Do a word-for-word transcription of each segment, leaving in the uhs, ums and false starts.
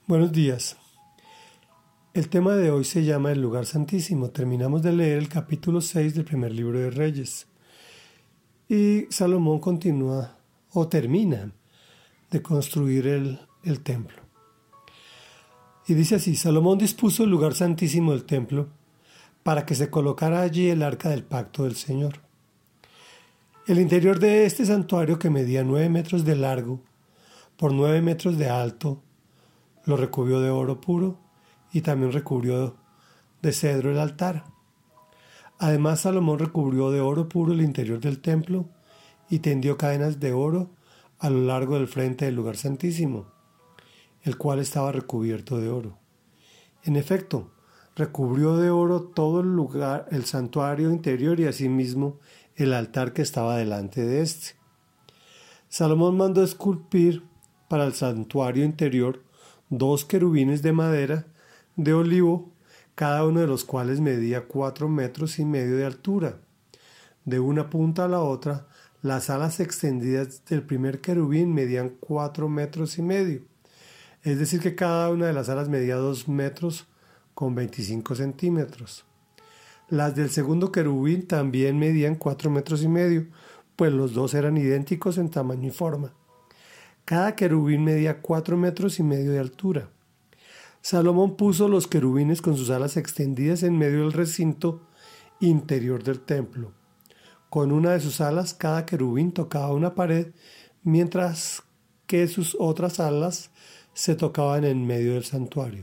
Buenos días. El tema de hoy se llama el lugar santísimo. Terminamos de leer el capítulo seis del primer libro de Reyes. Y Salomón continúa o termina de construir el, el templo. Y dice así: Salomón dispuso el lugar santísimo del templo para que se colocara allí el arca del pacto del Señor. El interior de este santuario, que medía nueve metros de largo por nueve metros de alto, lo recubrió de oro puro y también recubrió de cedro el altar. Además, Salomón recubrió de oro puro el interior del templo y tendió cadenas de oro a lo largo del frente del lugar santísimo, el cual estaba recubierto de oro. En efecto, recubrió de oro todo el lugar, el santuario interior y asimismo el altar que estaba delante de éste. Salomón mandó esculpir para el santuario interior dos querubines de madera de olivo, cada uno de los cuales medía cuatro metros y medio de altura. De una punta a la otra, las alas extendidas del primer querubín medían cuatro metros y medio. Es decir, que cada una de las alas medía dos metros con veinticinco centímetros. Las del segundo querubín también medían cuatro metros y medio, pues los dos eran idénticos en tamaño y forma. Cada querubín medía cuatro metros y medio de altura. Salomón puso los querubines con sus alas extendidas en medio del recinto interior del templo. Con una de sus alas, cada querubín tocaba una pared, mientras que sus otras alas se tocaban en medio del santuario.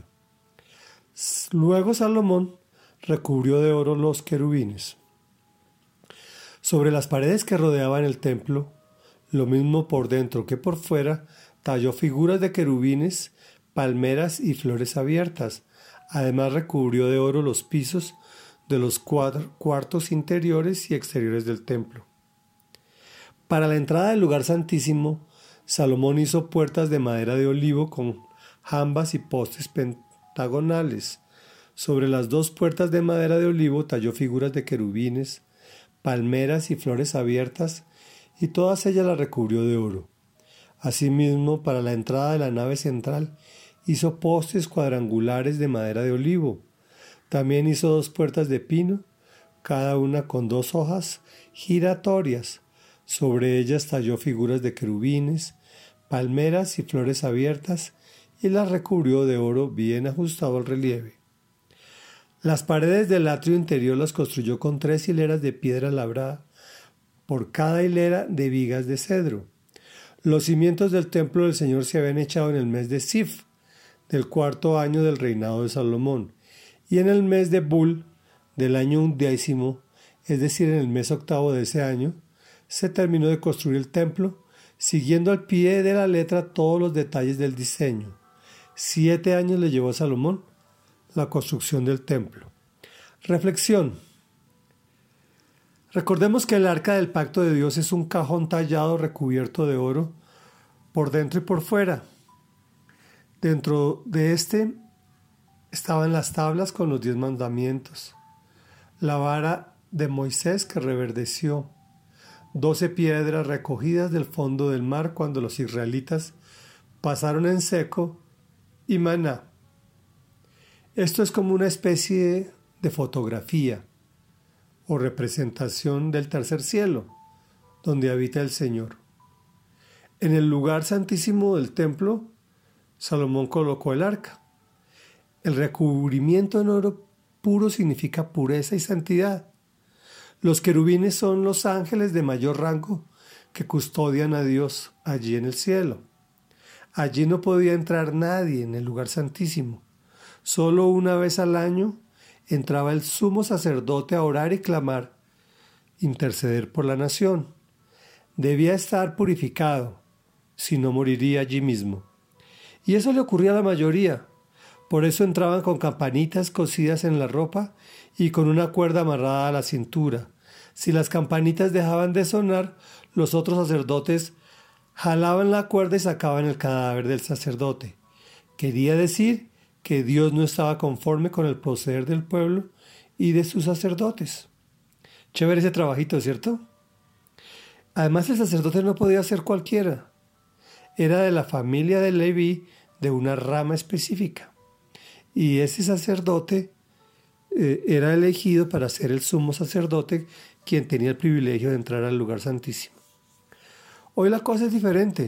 Luego Salomón recubrió de oro los querubines. Sobre las paredes que rodeaban el templo, lo mismo por dentro que por fuera, talló figuras de querubines, palmeras y flores abiertas. Además recubrió de oro los pisos de los cuartos interiores y exteriores del templo. Para la entrada del lugar santísimo, Salomón hizo puertas de madera de olivo con jambas y postes pentagonales. Sobre las dos puertas de madera de olivo talló figuras de querubines, palmeras y flores abiertas, y todas ellas las recubrió de oro. Asimismo, para la entrada de la nave central, hizo postes cuadrangulares de madera de olivo. También hizo dos puertas de pino, cada una con dos hojas giratorias. Sobre ellas talló figuras de querubines, palmeras y flores abiertas, y las recubrió de oro bien ajustado al relieve. Las paredes del atrio interior las construyó con tres hileras de piedra labrada, por cada hilera de vigas de cedro. Los cimientos del templo del Señor se habían echado en el mes de Sif, del cuarto año del reinado de Salomón, y en el mes de Bul, del año undécimo, es decir, en el mes octavo de ese año, se terminó de construir el templo, siguiendo al pie de la letra todos los detalles del diseño. Siete años le llevó a Salomón la construcción del templo. Reflexión. Recordemos que el arca del pacto de Dios es un cajón tallado recubierto de oro por dentro y por fuera. Dentro de este estaban las tablas con los diez mandamientos, la vara de Moisés que reverdeció, doce piedras recogidas del fondo del mar cuando los israelitas pasaron en seco, y maná. Esto es como una especie de fotografía o representación del tercer cielo, donde habita el Señor. En el lugar santísimo del templo, Salomón colocó el arca. El recubrimiento en oro puro significa pureza y santidad. Los querubines son los ángeles de mayor rango que custodian a Dios allí en el cielo. Allí no podía entrar nadie en el lugar santísimo. Solo una vez al año entraba el sumo sacerdote a orar y clamar, interceder por la nación. Debía estar purificado, si no moriría allí mismo. Y eso le ocurría a la mayoría. Por eso entraban con campanitas cosidas en la ropa y con una cuerda amarrada a la cintura. Si las campanitas dejaban de sonar, los otros sacerdotes jalaban la cuerda y sacaban el cadáver del sacerdote. Quería decir que Dios no estaba conforme con el proceder del pueblo y de sus sacerdotes. Chévere ese trabajito, ¿cierto? Además, el sacerdote no podía ser cualquiera. Era de la familia de Leví, de una rama específica. Y ese sacerdote eh, era elegido para ser el sumo sacerdote, quien tenía el privilegio de entrar al lugar santísimo. Hoy la cosa es diferente,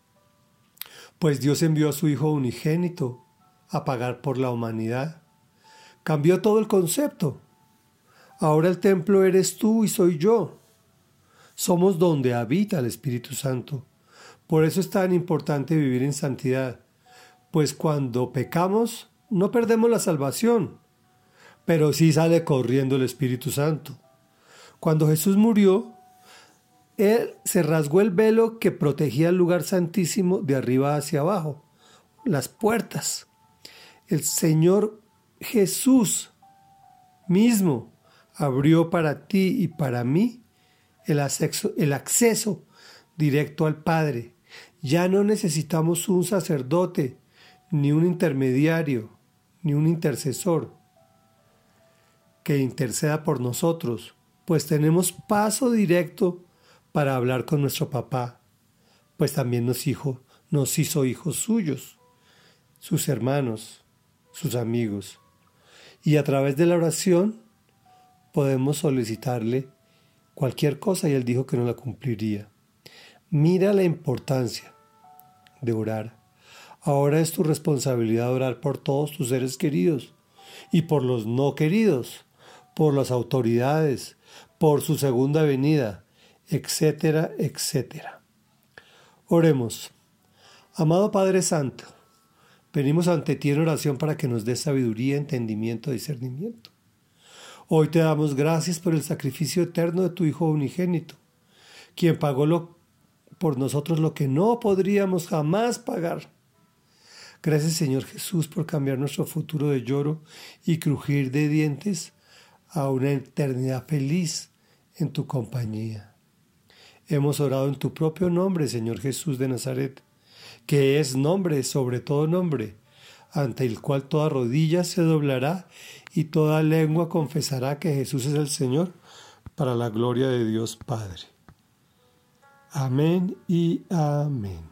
pues Dios envió a su Hijo unigénito a pagar por la humanidad. Cambió todo el concepto. Ahora el templo eres tú y soy yo. Somos donde habita el Espíritu Santo. Por eso es tan importante vivir en santidad, pues cuando pecamos no perdemos la salvación, pero sí sale corriendo el Espíritu Santo. Cuando Jesús murió, Él se rasgó el velo que protegía el lugar santísimo de arriba hacia abajo, las puertas. El Señor Jesús mismo abrió para ti y para mí el acceso, el acceso directo al Padre. Ya no necesitamos un sacerdote, ni un intermediario, ni un intercesor que interceda por nosotros, pues tenemos paso directo para hablar con nuestro papá, pues también nos, hijo, nos hizo hijos suyos, sus hermanos, sus amigos. Y a través de la oración podemos solicitarle cualquier cosa y Él dijo que no la cumpliría. Mira la importancia de orar. Ahora es tu responsabilidad orar por todos tus seres queridos y por los no queridos, por las autoridades, por su segunda venida, etcétera, etcétera. Oremos. Amado Padre Santo, venimos ante ti en oración para que nos des sabiduría, entendimiento, discernimiento. Hoy te damos gracias por el sacrificio eterno de tu Hijo unigénito, quien pagó lo, por nosotros lo que no podríamos jamás pagar. Gracias, Señor Jesús, por cambiar nuestro futuro de lloro y crujir de dientes a una eternidad feliz en tu compañía. Hemos orado en tu propio nombre, Señor Jesús de Nazaret, que es nombre sobre todo nombre, ante el cual toda rodilla se doblará y toda lengua confesará que Jesús es el Señor, para la gloria de Dios Padre. Amén y amén.